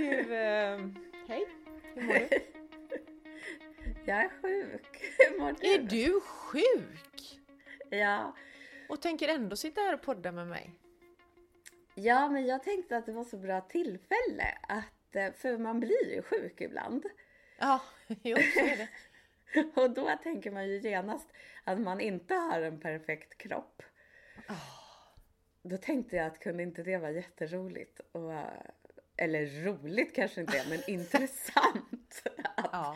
Du, hej, hur mår du? Jag är sjuk. Hur mår du? Är du sjuk? Ja. Och tänker ändå sitta här och podda med mig? Ja, men jag tänkte att det var så bra tillfälle att, för man blir ju sjuk ibland. Ja, jo, så är det. Och då tänker man ju genast att man inte har en perfekt kropp. Då tänkte jag att kunde inte det vara jätteroligt? Eller roligt kanske inte, men intressant. Ja.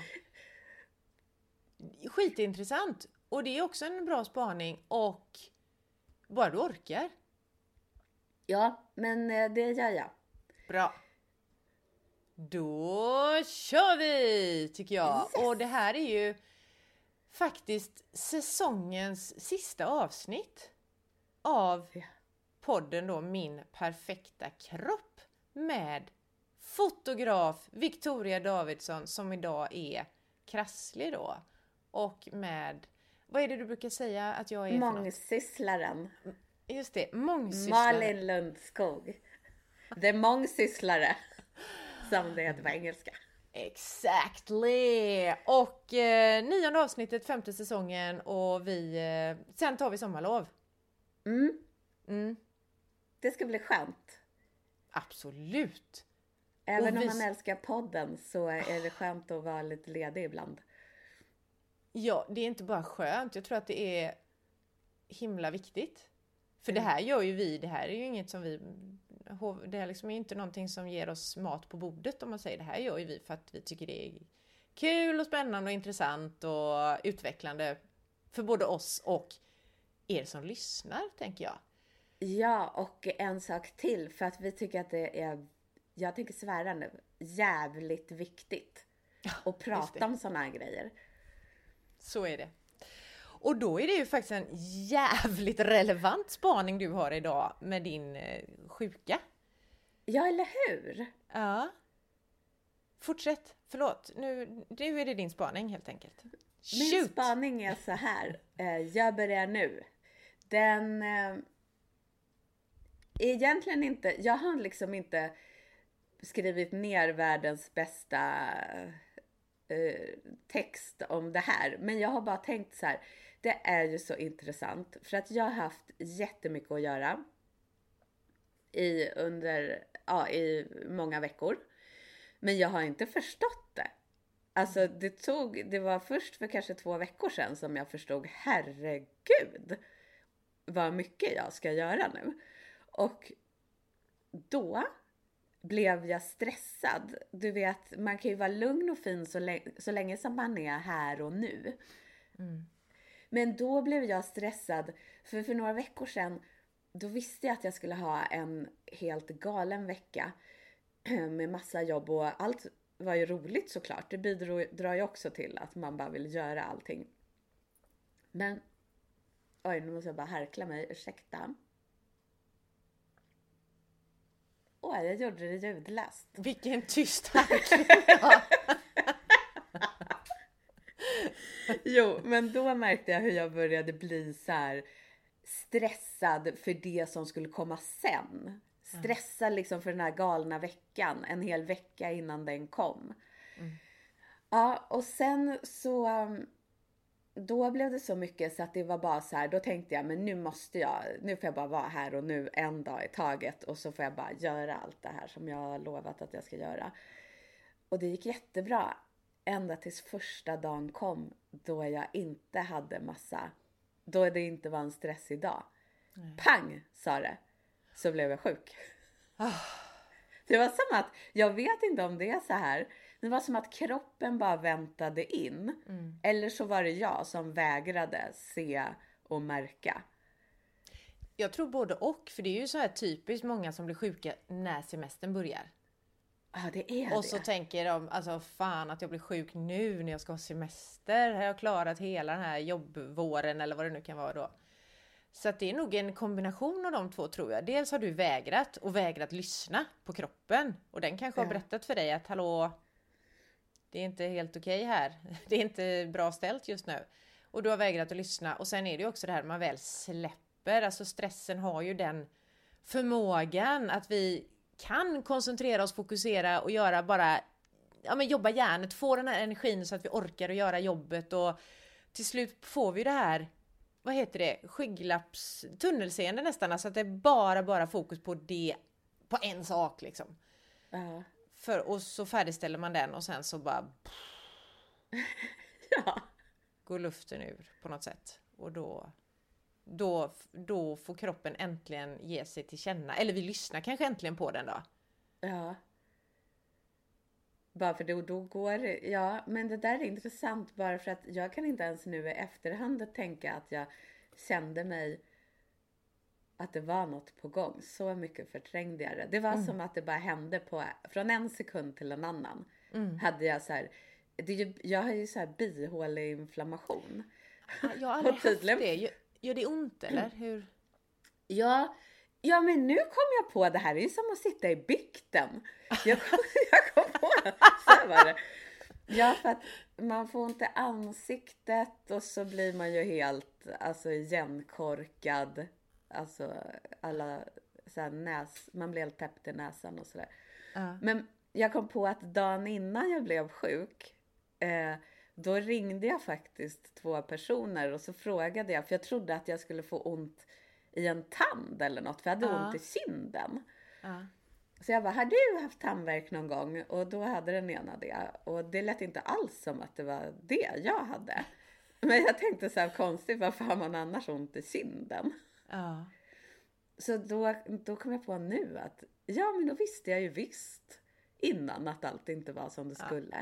Skitintressant. Och det är också en bra spaning. Och bara du orkar. Ja, men det gör jag. Bra. Då kör vi, tycker jag. Yes. Och det här är ju faktiskt säsongens sista avsnitt av podden då Min perfekta kropp med fotograf Victoria Davidsson som idag är krasslig då. Och med, vad är det du brukar säga att jag är för något? Mångsysslaren. Just det, mångsysslare. Malin Lundskog. Det är mångsysslare. Som det heter på engelska. Exactly! Och 9:e avsnittet, 5:e säsongen och sen tar vi sommarlov. Det ska bli skönt. Absolut! Även om man älskar podden så är det skönt att vara lite ledig ibland. Ja, det är inte bara skönt. Jag tror att det är himla viktigt. För det här gör ju vi, det här är ju inget som vi... Det är liksom inte någonting som ger oss mat på bordet om man säger. Det här gör ju vi för att vi tycker det är kul och spännande och intressant och utvecklande för både oss och er som lyssnar, tänker jag. Ja, och en sak till för att vi tycker att det är, jag tänker svära nu, jävligt viktigt att prata om såna här grejer. Så är det. Och då är det ju faktiskt en jävligt relevant spaning du har idag med din sjuka. Ja, eller hur? Ja. Fortsätt. Förlåt. Nu är det din spaning helt enkelt. Min spaning är så här. Jag börjar nu. Den... egentligen inte... Jag har liksom inte skrivit ner världens bästa... text om det här. Men jag har bara tänkt så här. Det är ju så intressant. För att jag har haft jättemycket att göra. I många veckor. Men jag har inte förstått det. Alltså det var först för kanske 2 veckor sedan som jag förstod. Herregud. Vad mycket jag ska göra nu. Och då blev jag stressad. Du vet, man kan ju vara lugn och fin så länge som man är här och nu. Men då blev jag stressad. För några veckor sedan, då visste jag att jag skulle ha en helt galen vecka. Med massa jobb och allt var ju roligt såklart. Det bidrar ju också till att man bara vill göra allting. Men, nu måste jag bara harkla mig, ursäkta. Jag gjorde det ljudlöst. Vilken tyst harkling. Jo, men då märkte jag hur jag började bli så här stressad för det som skulle komma sen. Stressad liksom för den här galna veckan. En hel vecka innan den kom. Ja, och sen så... Då blev det så mycket så att det var bara så här. Då tänkte jag, men nu får jag bara vara här och nu en dag i taget. Och så får jag bara göra allt det här som jag har lovat att jag ska göra. Och det gick jättebra. Ända tills första dagen kom. Då jag inte hade då det inte var en stressig dag. Pang, sa det. Så blev jag sjuk. Det var som att, jag vet inte om det är så här. Det var som att kroppen bara väntade in. Eller så var det jag som vägrade se och märka. Jag tror både och. För det är ju så här typiskt många som blir sjuka när semestern börjar. Ja, det är det. Och så tänker de, alltså fan att jag blir sjuk nu när jag ska ha semester. Har jag klarat hela den här jobbvåren eller vad det nu kan vara då. Så att det är nog en kombination av de två, tror jag. Dels har du vägrat lyssna på kroppen. Och den kanske har berättat för dig att hallå, det är inte helt okej här. Det är inte bra ställt just nu. Och du har vägrat att lyssna. Och sen är det ju också det här man väl släpper. Alltså stressen har ju den förmågan att vi kan koncentrera oss, fokusera och göra bara, ja men jobba hjärnet, få den här energin så att vi orkar att göra jobbet, och till slut får vi det här, vad heter det, tunnelseende nästan, alltså att det är bara fokus på det, på en sak liksom. Och så färdigställer man den och sen så bara går luften ur på något sätt, och då får kroppen äntligen ge sig till känna, eller vi lyssnar kanske äntligen på den då. Ja. Bara för då går det, ja, men det där är intressant, bara för att jag kan inte ens nu i efterhand tänka att jag kände mig att det var något på gång. Så mycket förträngde jag det. Det var som att det bara hände från en sekund till en annan. Hade jag så här, jag har ju så här bihåleinflammation. Jag har aldrig haft det. Gör det ont eller hur? Ja, men nu kom jag på, det här är ju som att sitta i bikten. Jag kom på det. Så var det. Ja, för att man får ont i ansiktet och så blir man ju helt igenkorkad. Alltså alla så här man blir helt täppt i näsan och sådär. Men jag kom på att dagen innan jag blev sjuk, då ringde jag faktiskt 2 personer och så frågade jag, för jag trodde att jag skulle få ont i en tand eller något, för jag hade ont i kinden. Så jag bara, har du haft tandvärk någon gång? Och då hade den ena det. Och det lät inte alls som att det var det jag hade. Men jag tänkte så här konstigt, varför har man annars ont i kinden? Så då kom jag på nu att, ja men då visste jag ju visst innan att allt inte var som det skulle.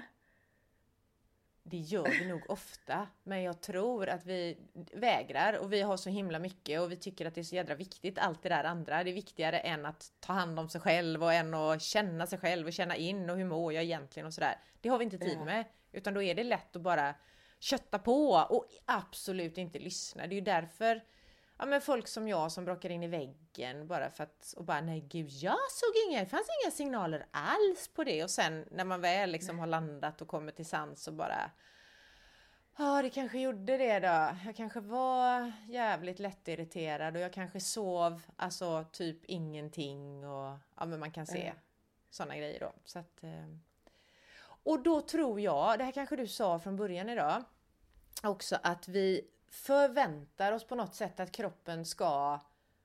Det gör vi nog ofta, men jag tror att vi vägrar, och vi har så himla mycket och vi tycker att det är så jädra viktigt, allt det där andra. Det är viktigare än att ta hand om sig själv och än att känna sig själv och känna in och hur mår jag egentligen och sådär. Det har vi inte tid med, utan då är det lätt att bara kötta på och absolut inte lyssna. Det är ju därför men folk som jag som bråkar in i väggen bara för att, och bara nej gud, det fanns inga signaler alls på det, och sen när man väl liksom har landat och kommer till sans så bara det kanske gjorde det då. Jag kanske var jävligt lättirriterad och jag kanske sov typ ingenting, och men man kan se sådana grejer då. Så att, och då tror jag, det här kanske du sa från början idag också, att vi förväntar oss på något sätt att kroppen ska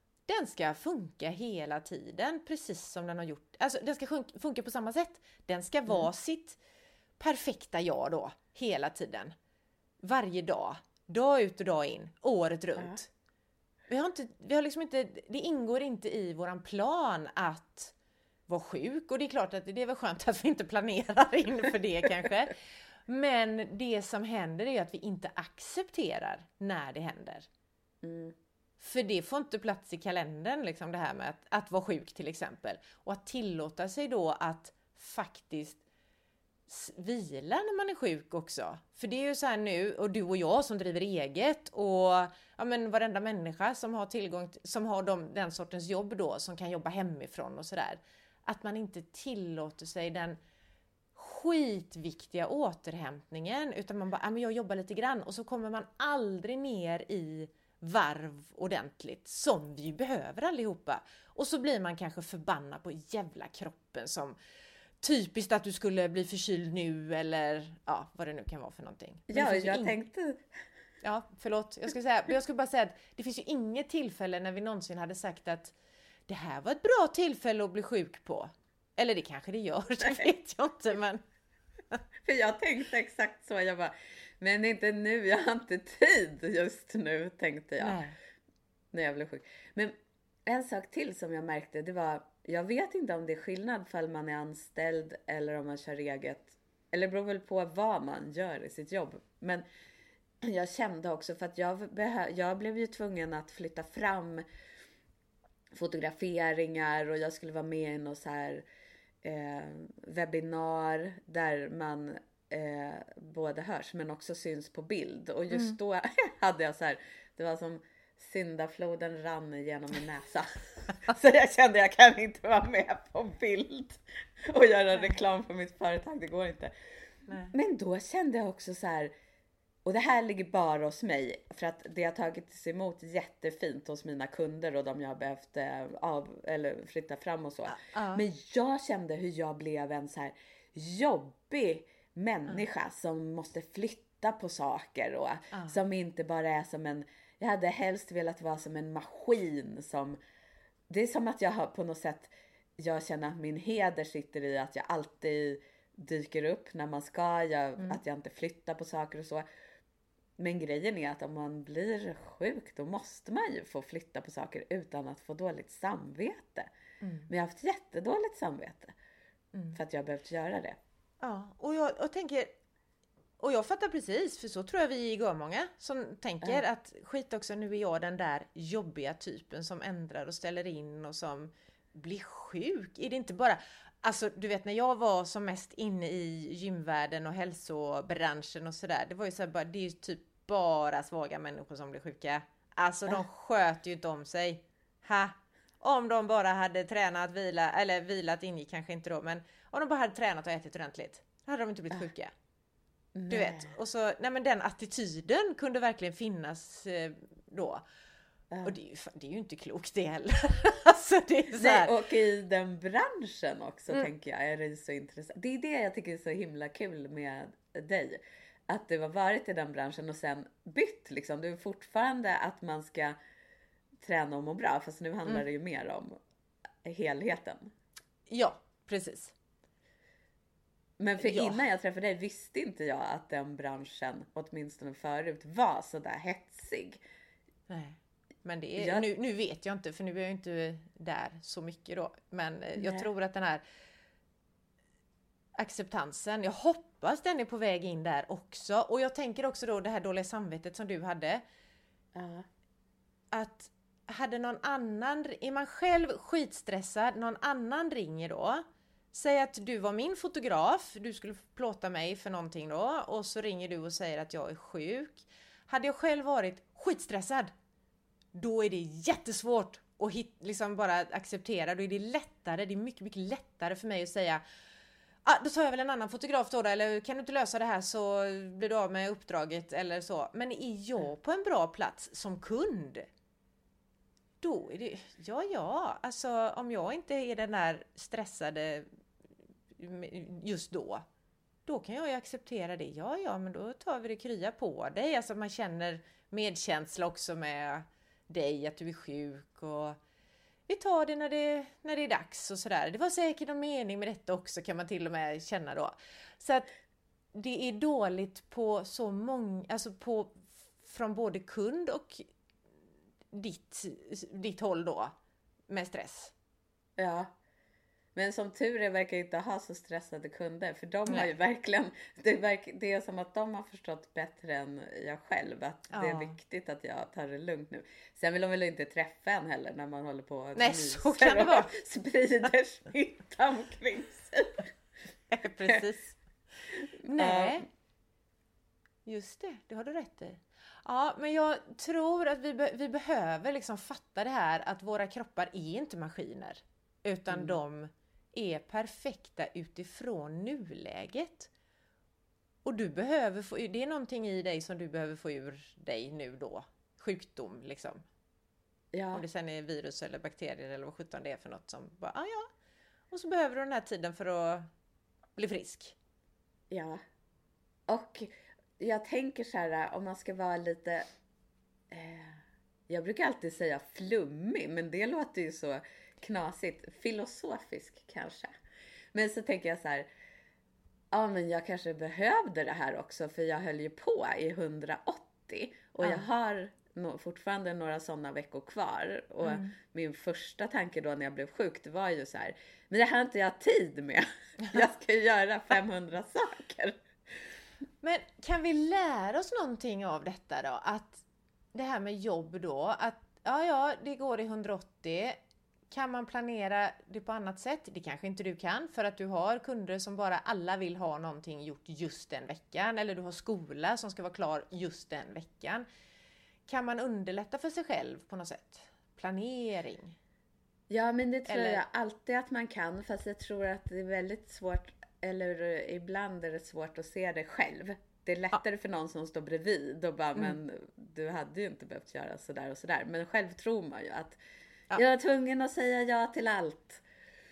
funka hela tiden, precis som den har gjort. Alltså den ska funka på samma sätt. Den ska vara sitt perfekta jag då, hela tiden. Varje dag. Dag ut och dag in. Året runt. Vi har liksom inte, det ingår inte i våran plan att vara sjuk. Och det är klart att det är väl skönt att vi inte planerar in för det kanske. Men det som händer är att vi inte accepterar när det händer. För det får inte plats i kalendern, liksom det här med att vara sjuk till exempel. Och att tillåta sig då att faktiskt vila när man är sjuk också. För det är ju så här nu, och du och jag som driver eget, och varenda människa som har tillgång som har den sortens jobb då, som kan jobba hemifrån och sådär. Att man inte tillåter sig den skitviktiga återhämtningen, utan man bara, jag jobbar lite grann, och så kommer man aldrig ner i varv ordentligt, som vi behöver allihopa. Och så blir man kanske förbannad på jävla kroppen, som typiskt att du skulle bli förkyld nu, eller vad det nu kan vara för någonting. Jag tänkte... Ja, förlåt. Jag skulle bara säga att det finns ju inget tillfälle när vi någonsin hade sagt att det här var ett bra tillfälle att bli sjuk på. Eller det kanske det gör, det vet jag inte, men... För jag tänkte exakt så, jag bara, men inte nu, jag har inte tid just nu, tänkte jag. Nej. När jag blev sjuk. Men en sak till som jag märkte, det var, jag vet inte om det är skillnad för man är anställd eller om man kör eget. Eller det beror väl på vad man gör i sitt jobb. Men jag kände också, för att jag blev ju tvungen att flytta fram fotograferingar, och jag skulle vara med i något så här webbinar där man både hörs men också syns på bild. Och just då hade jag så här, det var som syndafloden rann genom min näsa. Så jag kände jag kan inte vara med på bild och göra reklam för mitt företag, det går inte. Nej. Men då kände jag också så här, Och det här ligger bara hos mig, för att det har tagits emot jättefint hos mina kunder och de jag har behövt eller flytta fram och så. Men jag kände hur jag blev en så här jobbig människa som måste flytta på saker och som inte bara är som en, jag hade helst velat vara som en maskin som, det är som att jag har på något sätt, jag känner att min heder sitter i att jag alltid dyker upp när man ska, att jag inte flyttar på saker och så. Men grejen är att om man blir sjuk, då måste man ju få flytta på saker utan att få dåligt samvete. Men jag har haft jättedåligt samvete för att jag har behövt göra det. Ja, och jag tänker, och jag fattar precis, för så tror jag vi är många som tänker att skit också, nu är jag den där jobbiga typen som ändrar och ställer in och som blir sjuk. Är det inte bara, alltså du vet när jag var som mest inne i gymvärlden och hälsobranschen och sådär, det var ju så här, det är ju typ bara svaga människor som blir sjuka. Alltså de sköter ju inte om sig. Om de bara hade tränat, vilat ingick kanske inte då, men om de bara hade tränat och ätit ordentligt, då hade de inte blivit sjuka. Du vet, och så, men den attityden kunde verkligen finnas då. Och det är ju inte klokt det heller. Alltså det är så här. Nej, och i den branschen också tänker jag är det så intressant. Det är det jag tycker är så himla kul med dig. Att du har varit i den branschen och sen bytt liksom. Du är fortfarande att man ska träna och må bra. Fast nu handlar det ju mer om helheten. Ja, precis. Men för innan jag träffade dig visste inte jag att den branschen, åtminstone förut, var så där hetsig. Nej. Men det är, nu vet jag inte, för nu är jag inte där så mycket då. Men jag tror att den här acceptansen, jag hoppas den är på väg in där också. Och jag tänker också då det här dåliga samvetet som du hade. Att hade någon annan, är man själv skitstressad, någon annan ringer då. Säg att du var min fotograf, du skulle plåta mig för någonting då. Och så ringer du och säger att jag är sjuk. Hade jag själv varit skitstressad, då är det jättesvårt att liksom bara acceptera. Då är det lättare, det är mycket, mycket lättare för mig att säga då tar jag väl en annan fotograf då, eller kan du inte lösa det här så blir du av med uppdraget eller så. Men är jag på en bra plats som kund, då är det, alltså om jag inte är den där stressade just då kan jag ju acceptera det. Ja, men då tar vi det, krya på dig. Alltså man känner medkänsla också med dig, att du är sjuk, och vi tar det när det är dags och sådär. Det var säkert någon mening med detta också, kan man till och med känna då. Så att det är dåligt på så många, alltså från både kund och ditt håll då med stress. Ja. Men som tur är verkar inte ha så stressade kunder. För de har ju verkligen, det är som att de har förstått bättre än jag själv. Att det är viktigt att jag tar det lugnt nu. Sen vill de väl inte träffa en heller när man håller på och så kan det vara. Sprider smitta omkring sig. Precis. Nej. Just det har du rätt i. Ja, men jag tror att vi behöver liksom fatta det här, att våra kroppar är inte maskiner. Utan de är perfekta utifrån nuläget. Och du behöver det är någonting i dig som du behöver få ur dig nu då. Sjukdom liksom. Ja. Om det sen är virus eller bakterier eller vad sjutton det är för något som bara, Och så behöver du den här tiden för att bli frisk. Ja. Och jag tänker så här, om man ska vara lite... jag brukar alltid säga flummig, men det låter ju så knasigt. Filosofisk kanske. Men så tänker jag så här, men jag kanske behövde det här också, för jag höll ju på i 180 och jag har fortfarande några sådana veckor kvar. Och min första tanke då när jag blev sjuk, det var ju så här, men det här har inte jag tid med. Jag ska göra 500 saker. Men kan vi lära oss någonting av detta då? Att det här med jobb då, att det går i 180. Kan man planera det på annat sätt? Det kanske inte du kan, för att du har kunder som bara alla vill ha någonting gjort just den veckan. Eller du har skola som ska vara klar just den veckan. Kan man underlätta för sig själv på något sätt? Planering? Ja, men det tror jag alltid att man kan. Fast jag tror att det är väldigt svårt, eller ibland är det svårt att se det själv. Det är lättare för någon som står bredvid och bara, men du hade ju inte behövt göra sådär och sådär. Men själv tror man ju att jag är tvungen att säga ja till allt.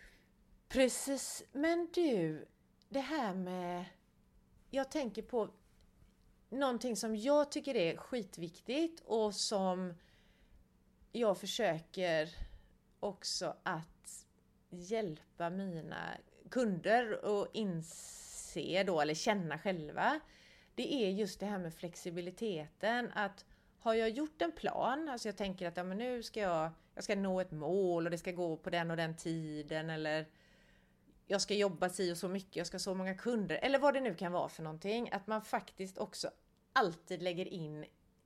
Precis, men du, det här med, jag tänker på någonting som jag tycker är skitviktigt och som jag försöker också att hjälpa mina kunder att inse då, eller känna själva. Det är just det här med flexibiliteten, att har jag gjort en plan, alltså jag tänker att men nu ska jag ska nå ett mål och det ska gå på den och den tiden, eller jag ska jobba si och så mycket, jag ska ha så många kunder, eller vad det nu kan vara för någonting, att man faktiskt också alltid lägger in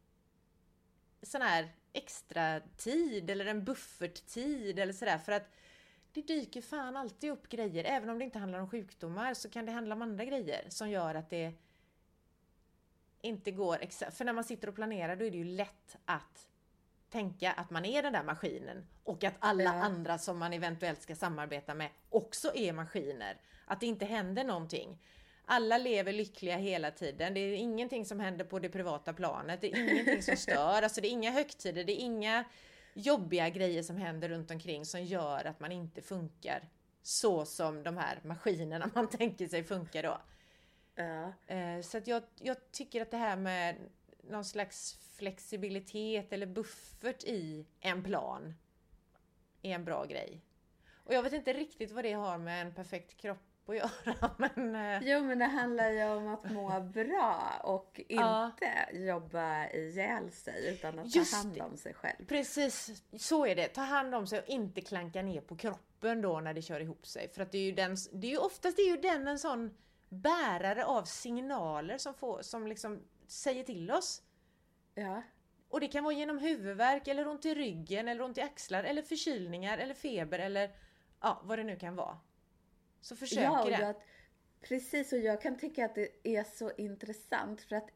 sån här extra tid eller en bufferttid eller sådär, för att det dyker fan alltid upp grejer, även om det inte handlar om sjukdomar så kan det handla om andra grejer som gör att det inte går exakt. För när man sitter och planerar då är det ju lätt att tänka att man är den där maskinen och att alla andra som man eventuellt ska samarbeta med också är maskiner. Att det inte händer någonting. Alla lever lyckliga hela tiden. Det är ingenting som händer på det privata planet. Det är ingenting som stör. Alltså det är inga högtider. Det är inga jobbiga grejer som händer runt omkring som gör att man inte funkar så som de här maskinerna man tänker sig funkar då. Så att jag tycker att det här med någon slags flexibilitet eller buffert i en plan är en bra grej. Och jag vet inte riktigt vad det har med en perfekt kropp att göra. Jo, men det handlar ju om att må bra och inte jobba ihjäl sig utan att ta hand om sig själv. Precis, så är det. Ta hand om sig och inte klanka ner på kroppen då när det kör ihop sig. För att det är ju oftast en sån bärare av signaler som liksom säger till oss. Ja. Och det kan vara genom huvudvärk eller ont i ryggen eller ont i axlar eller förkylningar eller feber eller vad det nu kan vara. Så försök det. Precis, och jag kan tycka att det är så intressant för att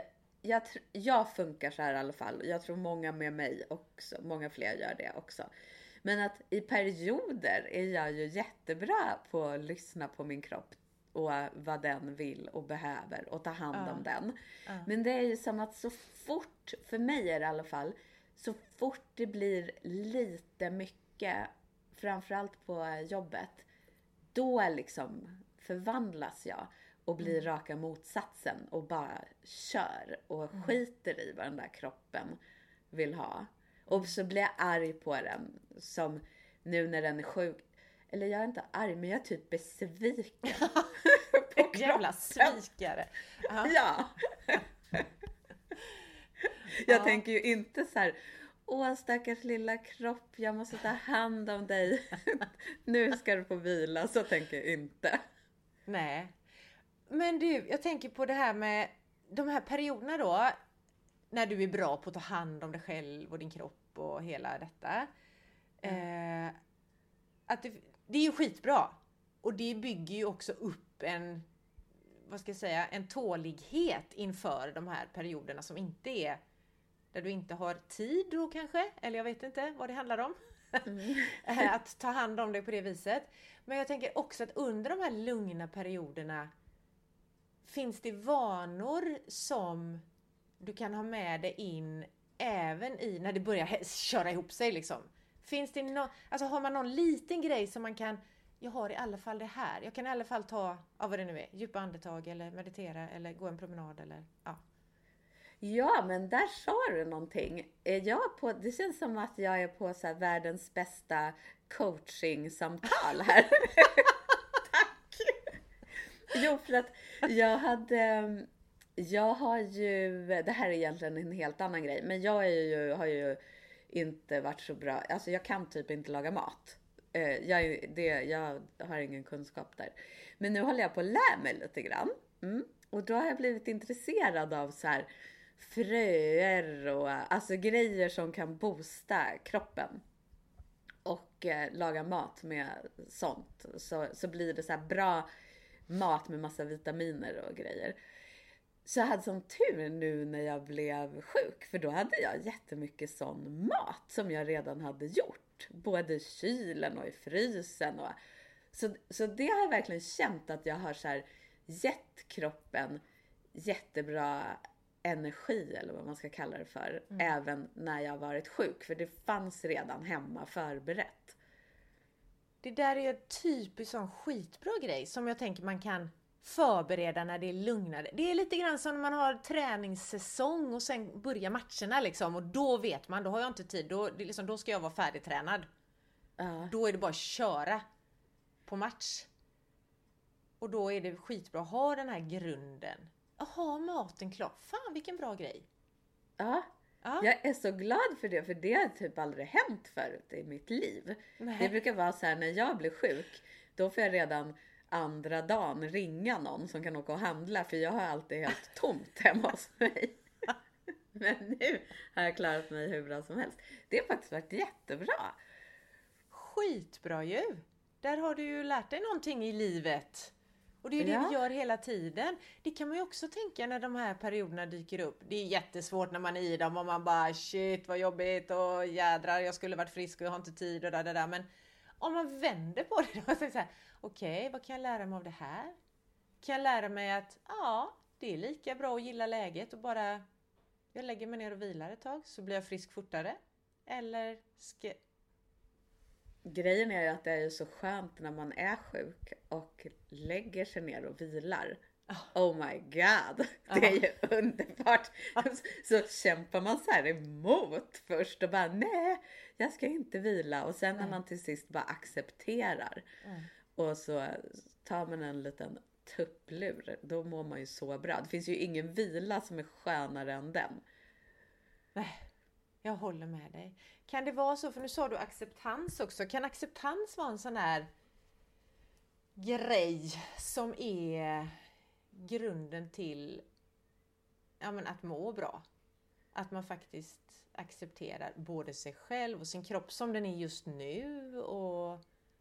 jag funkar så här i alla fall. Jag tror många med mig också, många fler gör det också. Men att i perioder är jag ju jättebra på att lyssna på min kropp och vad den vill och behöver och ta hand om den. Men det är ju som att så fort, för mig är det i alla fall, så fort det blir lite mycket, framförallt på jobbet, då liksom förvandlas jag och blir raka motsatsen och bara kör och skiter i vad den där kroppen vill ha. Och så blir jag arg på den, som nu när den är sjuk. Eller jag är inte arg, men jag är typ besviken. På jävla svikare. Ja. Jag tänker ju inte så här, åh stackars lilla kropp, jag måste ta hand om dig. Nu ska du få vila, så tänker jag inte. Nej. Men du, jag tänker på det här med de här perioderna då, när du är bra på att ta hand om dig själv och din kropp och hela detta. Att det är ju skitbra. Och det bygger ju också upp en tålighet inför de här perioderna som inte är, där du inte har tid då kanske, eller jag vet inte vad det handlar om. Att ta hand om dig på det viset. Men jag tänker också att under de här lugna perioderna finns det vanor som du kan ha med dig in även i när det börjar köra ihop sig liksom. Finns det har man någon liten grej som man kan, jag har i alla fall det här. Jag kan i alla fall ta, vad det nu är, djupa andetag eller meditera eller gå en promenad eller Ja, men där sa du någonting. Det känns som att jag är på så här världens bästa coaching-samtal här. Tack! Jo, för att jag har ju, det här är egentligen en helt annan grej, men jag har ju inte varit så bra, alltså jag kan typ inte laga mat. Jag har ingen kunskap där. Men nu håller jag på att lära mig lite grann. Och då har jag blivit intresserad av så här fröer och alltså grejer som kan boosta kroppen. Och laga mat med sånt. Så blir det så här bra mat med massa vitaminer och grejer. Så jag hade sån tur nu när jag blev sjuk. För då hade jag jättemycket sån mat som jag redan hade gjort. Både i kylen och i frysen. Så det har jag verkligen känt att jag har så här gett kroppen jättebra energi eller vad man ska kalla det för. Även när jag varit sjuk. För det fanns redan hemma förberett. Det där är ju en typisk sån skitbra grej som jag tänker man kan förbereda när det är lugnare. Det är lite grann som när man har träningssäsong och sen börjar matcherna liksom. Och då vet man, då har jag inte tid. Då ska jag vara färdigtränad. Då är det bara att köra på match. Och då är det skitbra att ha den här grunden. Att ha maten klar. Fan vilken bra grej. Ja. Jag är så glad för det. För det har typ aldrig hänt förut i mitt liv. Nej. Det brukar vara så här när jag blir sjuk. Då får jag redan andra dagen ringa någon som kan åka och handla. För jag har alltid helt tomt hemma hos mig. Men nu har jag klarat mig hur bra som helst. Det har faktiskt varit jättebra. Skitbra ju. Där har du ju lärt dig någonting i livet. Och det är ju det vi gör hela tiden. Det kan man ju också tänka när de här perioderna dyker upp. Det är jättesvårt när man är i dem och man bara shit vad jobbigt och jädrar jag skulle varit frisk och jag har inte tid och där. Men om man vänder på det då och säger så här, okej, vad kan jag lära mig av det här? Kan jag lära mig att det är lika bra att gilla läget och bara jag lägger mig ner och vilar ett tag så blir jag frisk fortare. Eller Grejen är ju att det är ju så skönt när man är sjuk och lägger sig ner och vilar. Oh my god, det är ju underbart. Så kämpar man så här emot först och bara nej, jag ska inte vila. Och sen när man till sist bara accepterar och så tar man en liten tupplur, då mår man ju så bra. Det finns ju ingen vila som är skönare än den. Nej, jag håller med dig. Kan det vara så, för nu sa du acceptans också. Kan acceptans vara en sån här grej som är grunden till att må bra? Att man faktiskt accepterar både sig själv och sin kropp som den är just nu och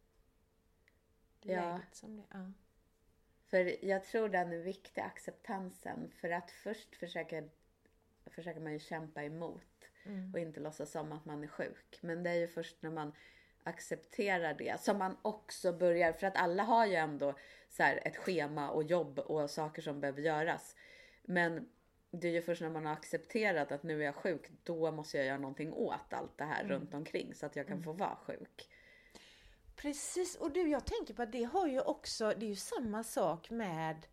läget som det är. Ja. För jag tror den är viktig, acceptansen. För att först försöker man ju kämpa emot. Och inte låtsas som att man är sjuk. Men det är ju först när man accepterar det som man också börjar. För att alla har ju ändå så här ett schema och jobb och saker som behöver göras. Men det är ju först när man har accepterat att nu är jag sjuk. Då måste jag göra någonting åt allt det här runt omkring. Så att jag kan få vara sjuk. Precis, och du, jag tänker på att det har ju också, det är ju samma sak med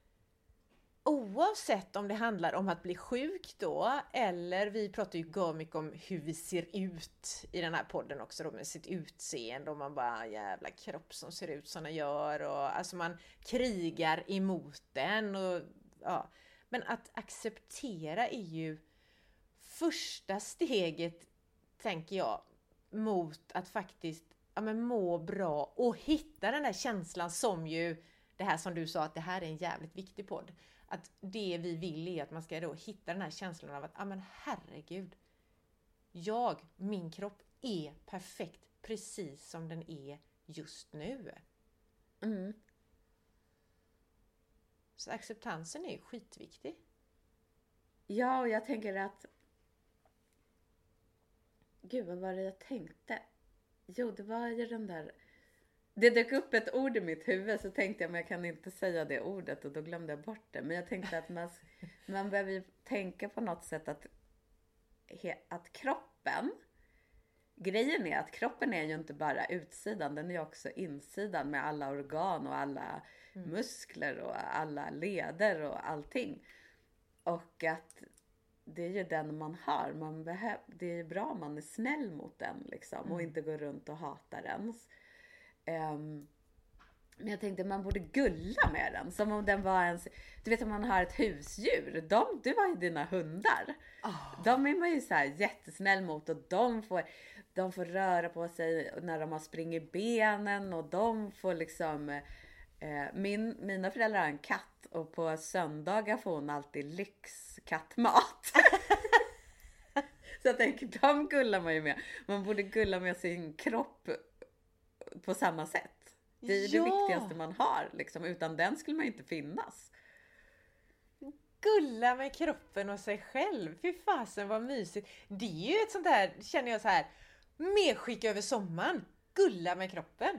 oavsett om det handlar om att bli sjuk då, eller vi pratar ju mycket om hur vi ser ut i den här podden också då, med sitt utseende och man bara jävla kropp som ser ut som den gör och alltså man krigar emot den och men att acceptera är ju första steget, tänker jag, mot att faktiskt må bra och hitta den där känslan som ju det här som du sa att det här är en jävligt viktig podd. Att det vi vill är att man ska då hitta den här känslan av att herregud, min kropp är perfekt precis som den är just nu. Så acceptansen är skitviktig. Ja, och jag tänker att gud, vad var det jag tänkte? Jo, det var ju den där. Det dök upp ett ord i mitt huvud så tänkte jag men jag kan inte säga det ordet och då glömde jag bort det. Men jag tänkte att man behöver ju tänka på något sätt att kroppen, grejen är att kroppen är ju inte bara utsidan, den är också insidan med alla organ och alla muskler och alla leder och allting. Och att det är ju den man har. Det är ju bra om man är snäll mot den liksom och inte går runt och hatar den. Men jag tänkte man borde gulla med den. Som om den var ens. Du vet om man har ett husdjur. Du har ju dina hundar. De är man ju så här jättesnäll mot. Och de får röra på sig när de har springit benen. Och de får liksom. Mina föräldrar har en katt. Och på söndagar får hon alltid lyxkattmat. Så jag tänker, de gullar man ju med. Man borde gulla med sin kropp på samma sätt. Det är det viktigaste man har. Liksom. Utan den skulle man inte finnas. Gulla med kroppen och sig själv. Fy fasen vad mysigt. Det är ju ett sånt här, känner jag så här, medskick över sommaren. Gulla med kroppen.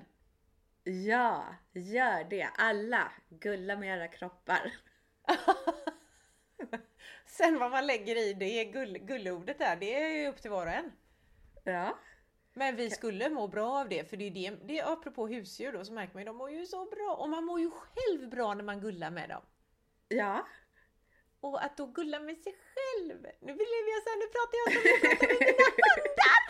Ja, gör det. Alla, gulla med era kroppar. Sen vad man lägger i det gullordet där, det är ju upp till var och en. Ja. Men vi skulle må bra av det, för det är apropå husdjur då, så märker man ju, de mår ju så bra. Och man mår ju själv bra när man gullar med dem. Ja. Och att då gulla med sig själv. Nu blev jag så här, nu pratar jag som jag pratar med mina hundar.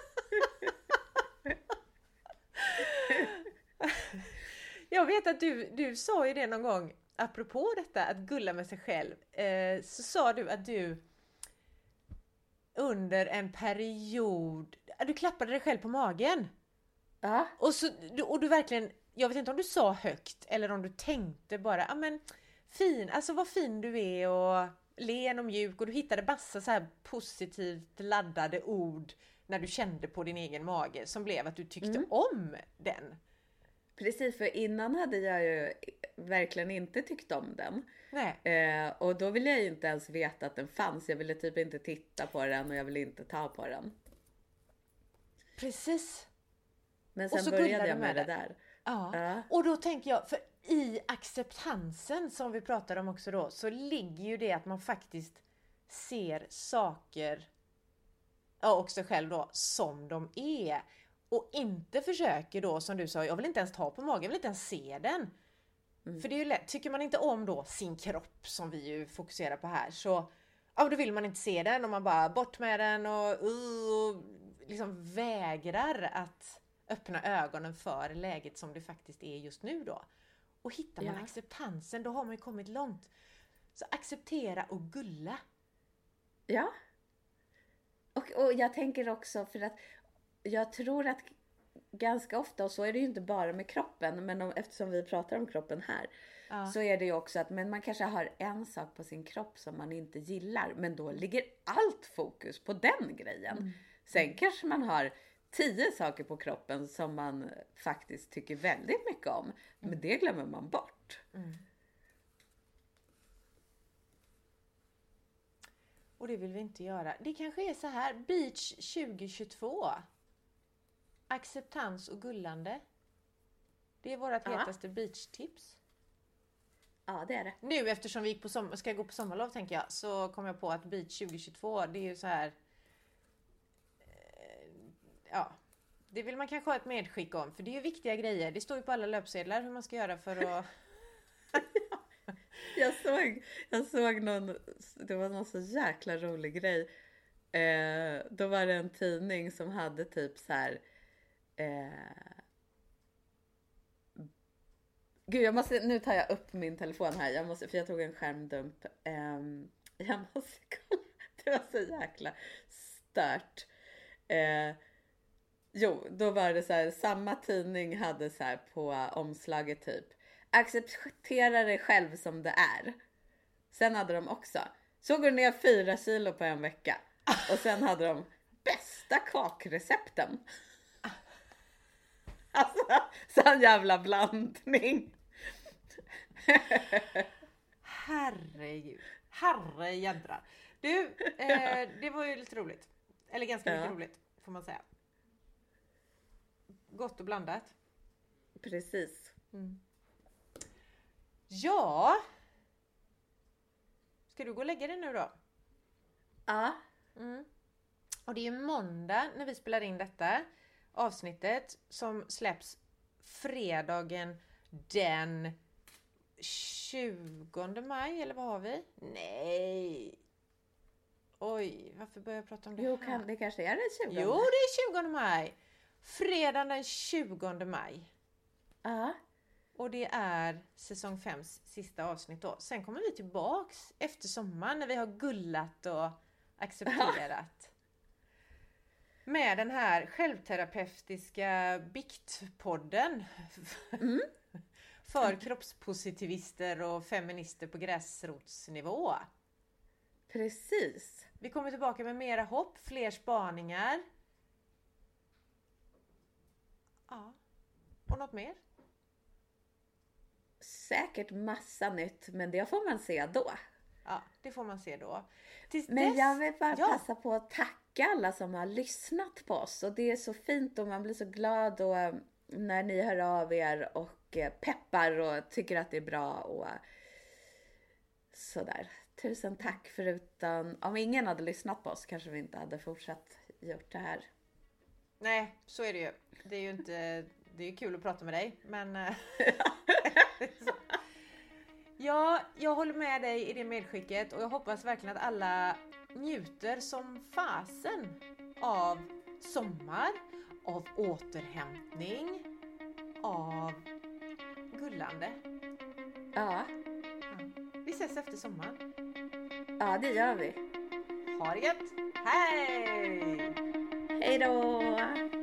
Jag vet att du sa ju det någon gång, apropå detta att gulla med sig själv. Så sa du att du under en period, du klappade dig själv på magen. Ja. Och du verkligen, jag vet inte om du sa högt eller om du tänkte bara, ja men fin, alltså vad fin du är och len och mjuk, och du hittade massa så här positivt laddade ord när du kände på din egen mage som blev att du tyckte om den. Precis, för innan hade jag ju verkligen inte tyckt om den. Nej. Och då ville jag ju inte ens veta att den fanns. Jag ville typ inte titta på den och jag ville inte ta på den. Precis. Men sen började jag med det där. Ja. Och då tänker jag, för i acceptansen som vi pratade om också då, så ligger ju det att man faktiskt ser saker, ja också själv då, som de är. Och inte försöker då, som du sa, jag vill inte ens ta på magen, jag vill inte ens se den. För det är ju lätt, tycker man inte om då sin kropp som vi ju fokuserar på här, så ja, då vill man inte se den och man bara bort med den och liksom vägrar att öppna ögonen för läget som det faktiskt är just nu då. Och hittar man acceptansen, då har man ju kommit långt. Så acceptera och gulla. Ja. Och jag tänker också, för att jag tror att ganska ofta, och så är det ju inte bara med kroppen, men eftersom vi pratar om kroppen här, så är det ju också att men man kanske har en sak på sin kropp som man inte gillar, men då ligger allt fokus på den grejen. Sen kanske man har 10 saker på kroppen som man faktiskt tycker väldigt mycket om, men det glömmer man bort. Och det vill vi inte göra. Det kanske är så här, Beach 2022. Acceptans och gullande. Det är vårt hetaste beachtips. Ja, det är det. Nu eftersom vi ska gå på sommarlov, tänker jag, så kom jag på att Beach 2022, det är ju så här, ja, det vill man kanske ha ett medskick om, för det är ju viktiga grejer. Det står ju på alla löpsedlar hur man ska göra för att... Jag såg någon, det var någon så jäkla rolig grej. Då var det en tidning som hade typ så här. Gud, nu tar jag upp min telefon här. För jag tog en skärmdump. Jag måste kolla. Det var så jäkla stört. Då var det så här, samma tidning hade så här på omslaget typ: acceptera dig själv som det är. Sen hade de också: så går ner 4 kilo på en vecka. Och sen hade de bästa kakrecepten. Alltså, sån jävla blandning. Herregud. Herrejädrar. Du, det var ju lite roligt. Eller ganska mycket roligt, får man säga. Gott och blandat. Precis. Ja. Ska du gå och lägga dig nu då? Ja. Och det är måndag när vi spelar in detta avsnittet, som släpps fredagen den 20 maj, eller vad har vi? Nej. Oj, varför börjar jag prata om det här? Det kanske är den 20. Jo, det är 20 maj. Fredagen den 20 maj. Ja. Och det är säsong 5:s sista avsnitt då. Sen kommer vi tillbaks efter sommaren när vi har gullat och accepterat. Med den här självterapeutiska biktpodden. För kroppspositivister och feminister på gräsrotsnivå. Precis. Vi kommer tillbaka med mera hopp, fler spaningar. Ja. Och något mer? Säkert massa nytt, men det får man se då. Ja, det får man se då. Men jag vill bara passa på att tacka alla som har lyssnat på oss. Och det är så fint och man blir så glad och när ni hör av er och peppar och tycker att det är bra och sådär. Tusen tack, förutom om ingen hade lyssnat på oss kanske vi inte hade fortsatt gjort det här. Nej, så är det ju. Det är ju inte, det är kul att prata med dig, men ja, jag håller med dig i det medskicket och jag hoppas verkligen att alla njuter som fasen av sommar, av återhämtning, av gullande. Ja. Vi ses efter sommaren. Ja, det gör vi. Ha det gött! Hej! Hej då!